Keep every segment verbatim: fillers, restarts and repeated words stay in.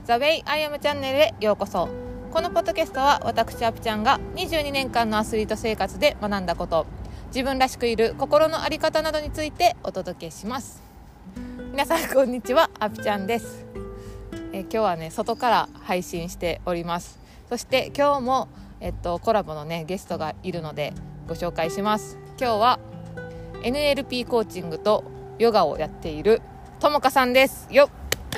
The Way I Am チャンネルへようこそ。このポッドキャストは私アピちゃんがにじゅうにねんかんのアスリート生活で学んだこと、自分らしくいる心の在り方などについてお届けします。皆さんこんにちは、アピちゃんです。え今日はね外から配信しております。そして今日も、えっと、コラボのねゲストがいるのでご紹介します。今日は エヌエルピー コーチングとヨガをやっているともかさんですよ。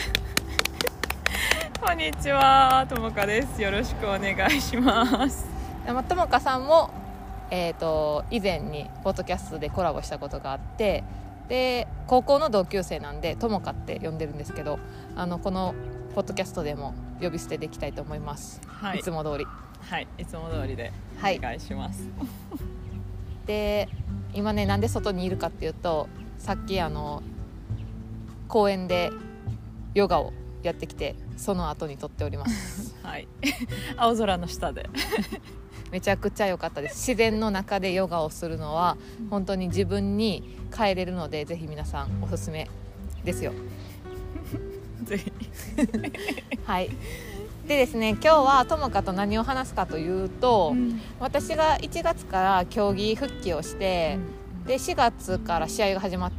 こんにちは、ともかです。よろしくお願いします。 ともかさんも、えー、と以前にポッドキャストでコラボしたことがあって、で高校の同級生なんでともかって呼んでるんですけど、あのこのポッドキャストでも呼び捨てでいきたいと思います、はい、いつも通りはいいつも通りでお願いします、はい、 で今ねなんで外にいるかっていうと、さっきあの公園でヨガをやってきてその後に撮っておりますはい青空の下でめちゃくちゃ良かったです。自然の中でヨガをするのは本当に自分に帰れるので、ぜひ皆さんおすすめですよぜひはいでですね、今日はともかと何を話すかというと、うん、私がいちがつから競技復帰をして、うん、でしがつから試合が始まって、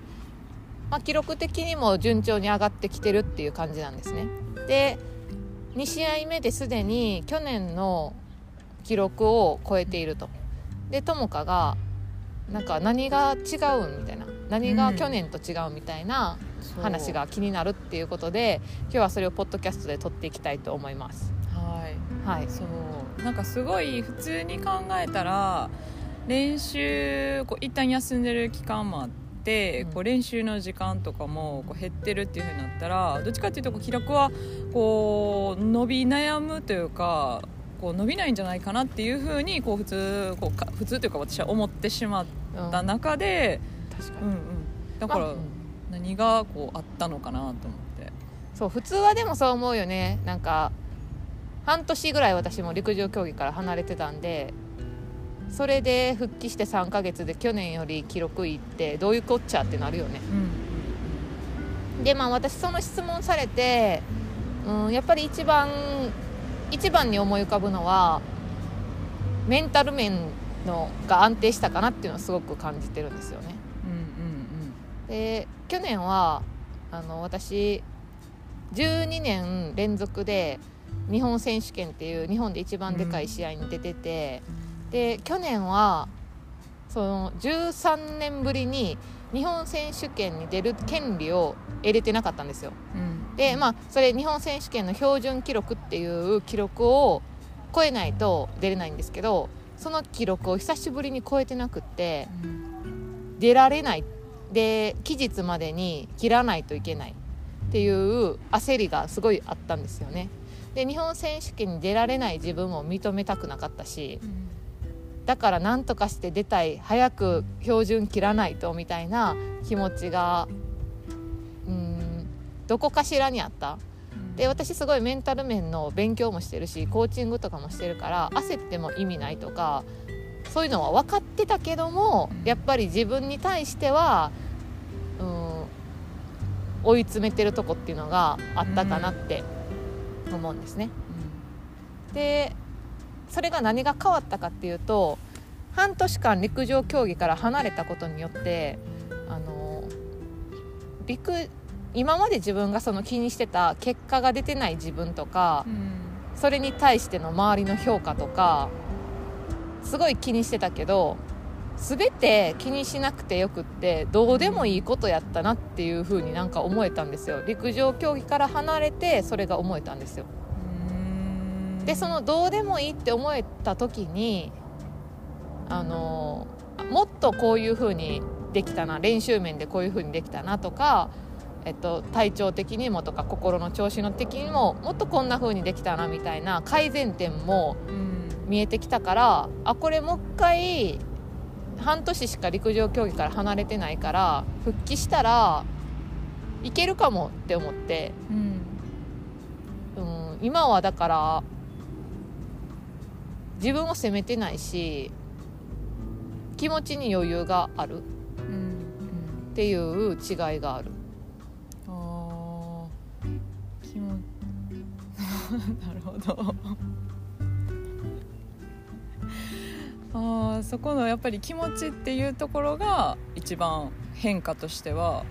まあ、記録的にも順調に上がってきてるっていう感じなんですね。でに試合目ですでに去年の記録を超えていると。でともかがなんか何が違うんみたいな、何が去年と違うみたいな話が気になるっていうことで、今日はそれをポッドキャストで撮っていきたいと思います。 はい、 はい、 そうなんかすごい普通に考えたら練習こう一旦休んでる期間もあって、うん、こう練習の時間とかもこう減ってるっていう風になったら、どっちかっていうとこう記録はこう伸び悩むというか、こう伸びないんじゃないかなっていう風にこう普通こうか普通というか私は思ってしまった中で、 うん、確かに、 うんうん、だから、まあ、何がこうあったのかなと思って。 そう普通はでもそう思うよね。なんか半年ぐらい私も陸上競技から離れてたんで、それで復帰してさんかげつで去年より記録いってどういうこっちゃってなるよね、うん、でまあ私その質問されて、うん、やっぱり一番一番に思い浮かぶのはメンタル面のが安定したかなっていうのをすごく感じてるんですよね、うんうんうん、で去年はあの私じゅうにねん連続で日本選手権っていう日本で一番でかい試合に出てて、うん、で去年はそのじゅうさんねんぶりに日本選手権に出る権利を得れてなかったんですよ、うん、でまあそれ日本選手権の標準記録っていう記録を超えないと出れないんですけど、その記録を久しぶりに超えてなくって、うん、出られないで期日までに切らないといけないっていう焦りがすごいあったんですよね。で日本選手権に出られない自分を認めたくなかったし、うん、だから何とかして出たい、早く標準切らないとみたいな気持ちがうーんどこかしらにあった。で私すごいメンタル面の勉強もしてるしコーチングとかもしてるから、焦っても意味ないとかそういうのは分かってたけども、やっぱり自分に対してはうーん追い詰めてるとこっていうのがあったかなって思うんですね、うん、でそれが何が変わったかっていうと、半年間陸上競技から離れたことによってあの陸今まで自分がその気にしてた結果が出てない自分とか、うん、それに対しての周りの評価とかすごい気にしてたけど、全て気にしなくてよくってどうでもいいことやったなっていう風になんか思えたんですよ。陸上競技から離れてそれが思えたんですよ。でそのどうでもいいって思えた時にあのもっとこういう風にできたな、練習面でこういう風にできたなとか、えっと、体調的にもとか心の調子の的にももっとこんな風にできたなみたいな改善点も見えてきたから、あこれもう一回半年しか陸上競技から離れてないから復帰したらいけるかもって思って、うん、うん、今はだから自分を責めてないし気持ちに余裕があるっていう違いがある。 あ気もるほどあそこのやっぱり気持ちっていうところが一番変化としては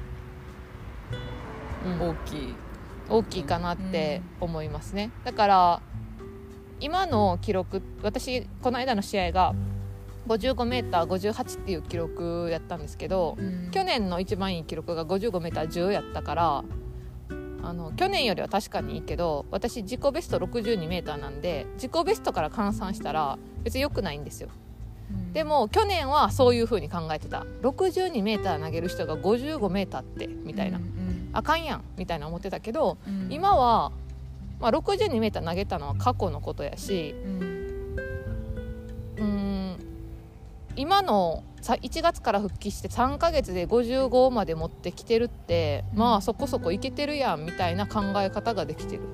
大きい、 うん、大きいかなって思いますね。だから今の記録、私この間の試合が ごじゅうごメーターごじゅうはち っていう記録やったんですけど、うん、去年の一番いい記録が ごじゅうごメーターじゅう やったから、あの去年よりは確かにいいけど、私自己ベスト ろくじゅうにメーター なんで、自己ベストから換算したら別に良くないんですよ。でも去年はそういう風に考えてた。ろくじゅうにメーター投げる人が ごじゅうごメーター ってみたいな、うんうん、あかんやんみたいな思ってたけど、うん、今は、まあ、ろくじゅうにメーター 投げたのは過去のことやし、うん、うーん今のいちがつから復帰してさんかげつでごじゅうごまで持ってきてるって、うん、まあそこそこいけてるやんみたいな考え方ができてる。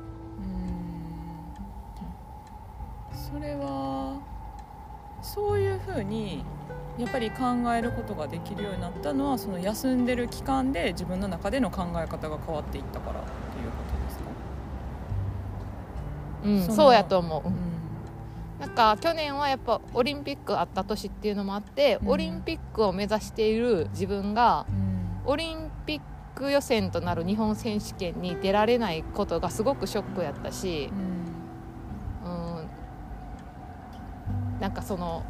うん、それはそういうふうにやっぱり考えることができるようになったのは、その休んでる期間で自分の中での考え方が変わっていったからっていうことですか？ うん、そうやと思う、うん、なんか去年はやっぱオリンピックあった年っていうのもあって、うん、オリンピックを目指している自分が、うん、オリンピック予選となる日本選手権に出られないことがすごくショックやったし、うんうん、なんかその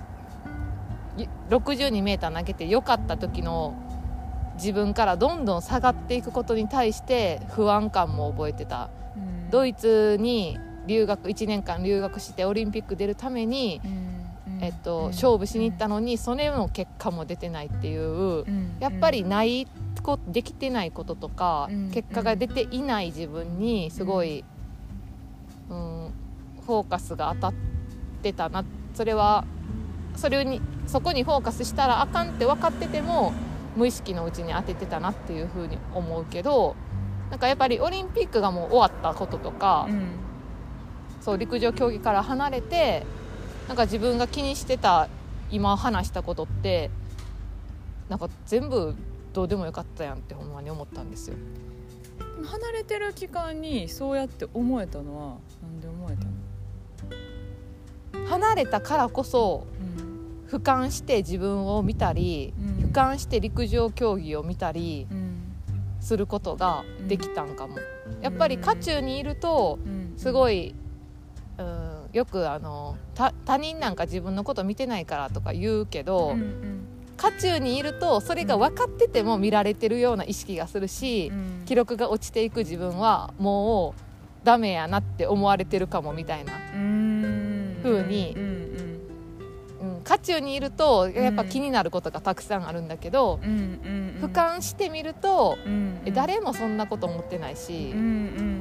ろくじゅうにメーター投げて良かった時の自分からどんどん下がっていくことに対して不安感も覚えてた、うん、ドイツに留学いちねんかん留学してオリンピック出るために、うんえっと、勝負しに行ったのに、それの結果も出てないっていう、うん、やっぱりないできてないこととか、うん、結果が出ていない自分にすごい、うんうん、フォーカスが当たってたな。それはそれにそこにフォーカスしたらあかんって分かってても無意識のうちに当ててたなっていうふうに思うけど、なんかやっぱりオリンピックがもう終わったこととか、うん、そう陸上競技から離れてなんか自分が気にしてた今話したことってなんか全部どうでもよかったやんってほんまに思ったんですよ。 離れてる期間にそうやって思えたのはなんで思えたの？ 離れたからこそ、うん、俯瞰して自分を見たり、うん、俯瞰して陸上競技を見たりすることができたんかも、うん、やっぱり渦中にいるとすごい、うん、よくあの他人なんか自分のこと見てないからとか言うけど、うんうん、渦中にいるとそれが分かってても見られてるような意識がするし、うん、記録が落ちていく自分はもうダメやなって思われてるかもみたいな風に、うんうん、渦中にいるとやっぱ気になることがたくさんあるんだけど、うんうんうん、俯瞰してみると、うんうん、誰もそんなこと思ってないし、うんうん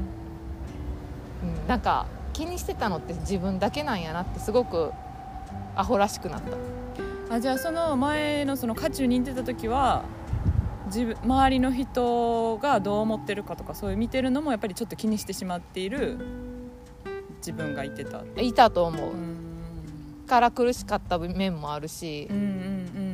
うん、なんか気にしてたのって自分だけなんやなってすごくアホらしくなった。 あ、じゃあその前のその渦中にいてた時は自分周りの人がどう思ってるかとかそういう見てるのもやっぱりちょっと気にしてしまっている自分がいてたいたと思う。うんから苦しかった面もあるし、うんうんうんうん、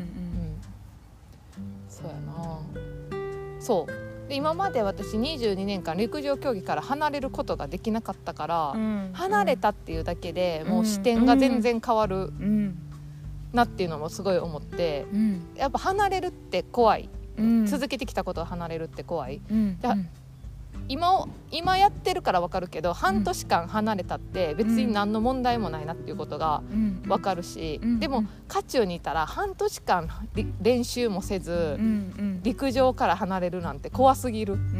そうやな。そうで今まで私にじゅうにねんかん陸上競技から離れることができなかったから、うん、離れたっていうだけでもう視点が全然変わるなっていうのもすごい思って、うん、やっぱ離れるって怖い、うん、続けてきたことを離れるって怖い、うんうん、今, 今やってるから分かるけど半年間離れたって別に何の問題もないなっていうことが分かるし、うんうん、でも渦中にいたら半年間練習もせず、うんうん、陸上から離れるなんて怖すぎる、うんうん、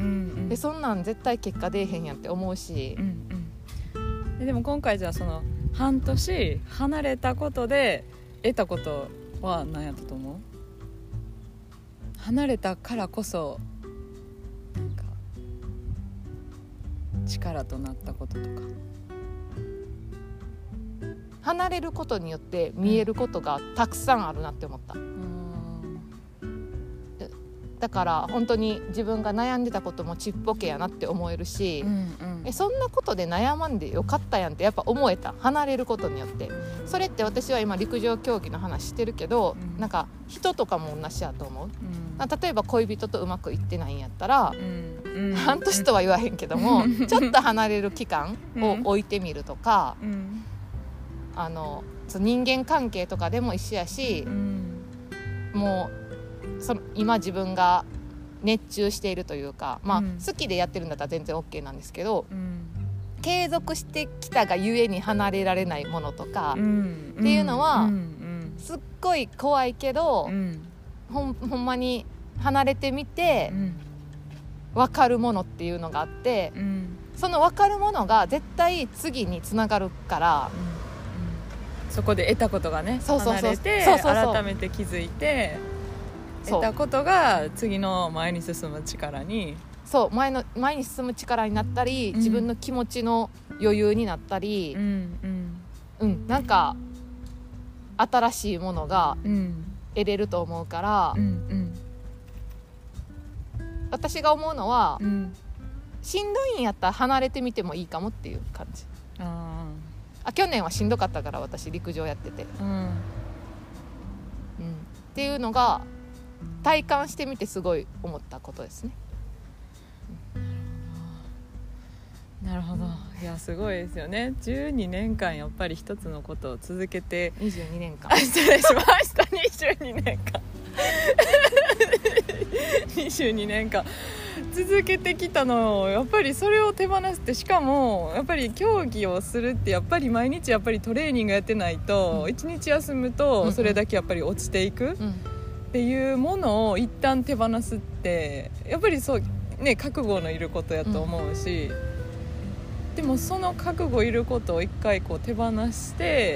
でそんなん絶対結果出えへんやんって思うし、うんうん、で, でも今回じゃあその半年離れたことで得たことは何やったと思う？離れたからこそなんか力となったこととか。 離れることによって見えることがたくさんあるなって思った、うん、だから本当に自分が悩んでたこともちっぽけやなって思えるし、うんうん、えそんなことで悩まんでよかったやんってやっぱ思えた。離れることによってそれって私は今陸上競技の話してるけど、うん、なんか人とかも同じやと思う、うん、例えば恋人とうまくいってないんやったら、うんうん、 半年とは言わへんけども、うん、ちょっと離れる期間を置いてみるとか、 うん、 あの人間関係とかでも一緒やし、うん、もうその今自分が熱中しているというか、まあ、うん、好きでやってるんだったら全然 OK なんですけど、うん、継続してきたがゆえに離れられないものとか、うん、っていうのは、うんうん、すっごい怖いけど、うん、ほん、ほんまに離れてみて、うん、分かるものっていうのがあって、うん、その分かるものが絶対次につながるから、うんうん、そこで得たことがね、 そうそうそう、 離れてそうそうそう、 改めて気づいて得たことが次の前に進む力に、 そう前の前に進む力になったり、うん、自分の気持ちの余裕になったり、うんうんうん、なんか新しいものが得れると思うから、うんうん、私が思うのは、うん、しんどいんやったら離れてみてもいいかもっていう感じ。ああ、去年はしんどかったから私陸上やってて、うんうん、っていうのが体感してみてすごい思ったことですね。 なるほど。いやすごいですよね。じゅうにねんかんやっぱり一つのことを続けて、 にじゅうにねんかん、 失礼しましたにじゅうにねんかんにじゅうにねんかん続けてきたのを、やっぱりそれを手放すって、しかもやっぱり競技をするってやっぱり毎日やっぱりトレーニングやってないと、いちにち休むとそれだけやっぱり落ちていく、うんうん、っていうものを一旦手放すってやっぱりそうね、覚悟のいることやと思うし、うん、でもその覚悟いることを一回こう手放して、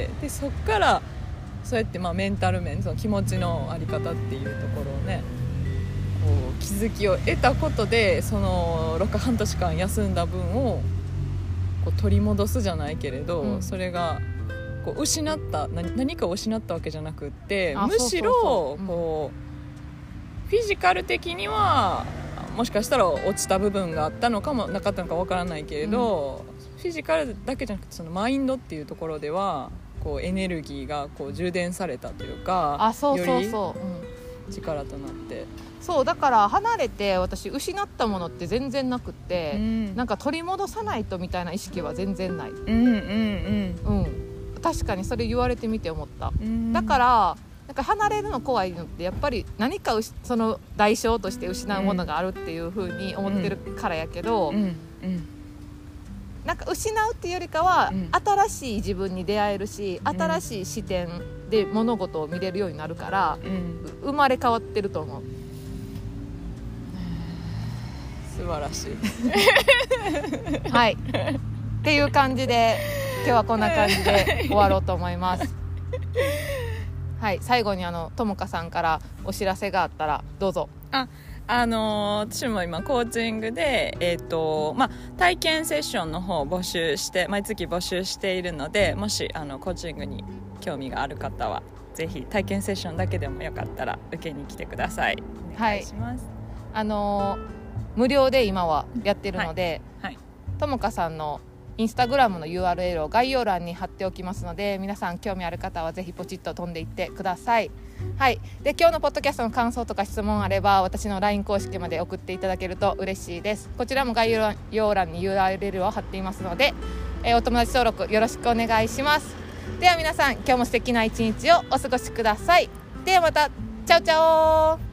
でそっからそうやってまあメンタル面、その気持ちのあり方っていうところをね、こう気づきを得たことで、そのろっかはんとしかん休んだ分をこう取り戻すじゃないけれど、うん、それがこう失った 何, 何かを失ったわけじゃなくって、むしろこうフィジカル的にはもしかしたら落ちた部分があったのかもなかったのかわからないけれど、うん、フィジカルだけじゃなくてそのマインドっていうところではこうエネルギーがこう充電されたというか、 あ、そうそうそう、 より力となって、 そうだから離れて私失ったものって全然なくって、うん、なんか取り戻さないとみたいな意識は全然ない、うんうんうんうん、確かにそれ言われてみて思った、うん、だからなんか離れるの怖いのってやっぱり何かその代償として失うものがあるっていう風に思ってるからやけど、うんうんうん、なんか失うっていうよりかは、うん、新しい自分に出会えるし、うん、新しい視点で物事を見れるようになるから、うん、生まれ変わってると思う。 素晴らしいはいっていう感じで今日はこんな感じで終わろうと思いますはい、最後にあのともかさんからお知らせがあったらどうぞ。 ああのー、私も今コーチングで、えーとまあ、体験セッションの方を募集して毎月募集しているので、もしあのコーチングに興味がある方はぜひ体験セッションだけでもよかったら受けに来てください。お願いします。はい、 あのー、無料で今はやってるので、はいはい、ともかさんのインスタグラムの ユーアールエル を概要欄に貼っておきますので、皆さん興味ある方はぜひポチッと飛んでいってください。はい、で今日のポッドキャストの感想とか質問あれば私の ライン 公式まで送っていただけると嬉しいです。こちらも概要欄に ユーアールエル を貼っていますので、えー、お友達登録よろしくお願いします。では皆さん今日も素敵な一日をお過ごしください。ではまた、チャオチャオ。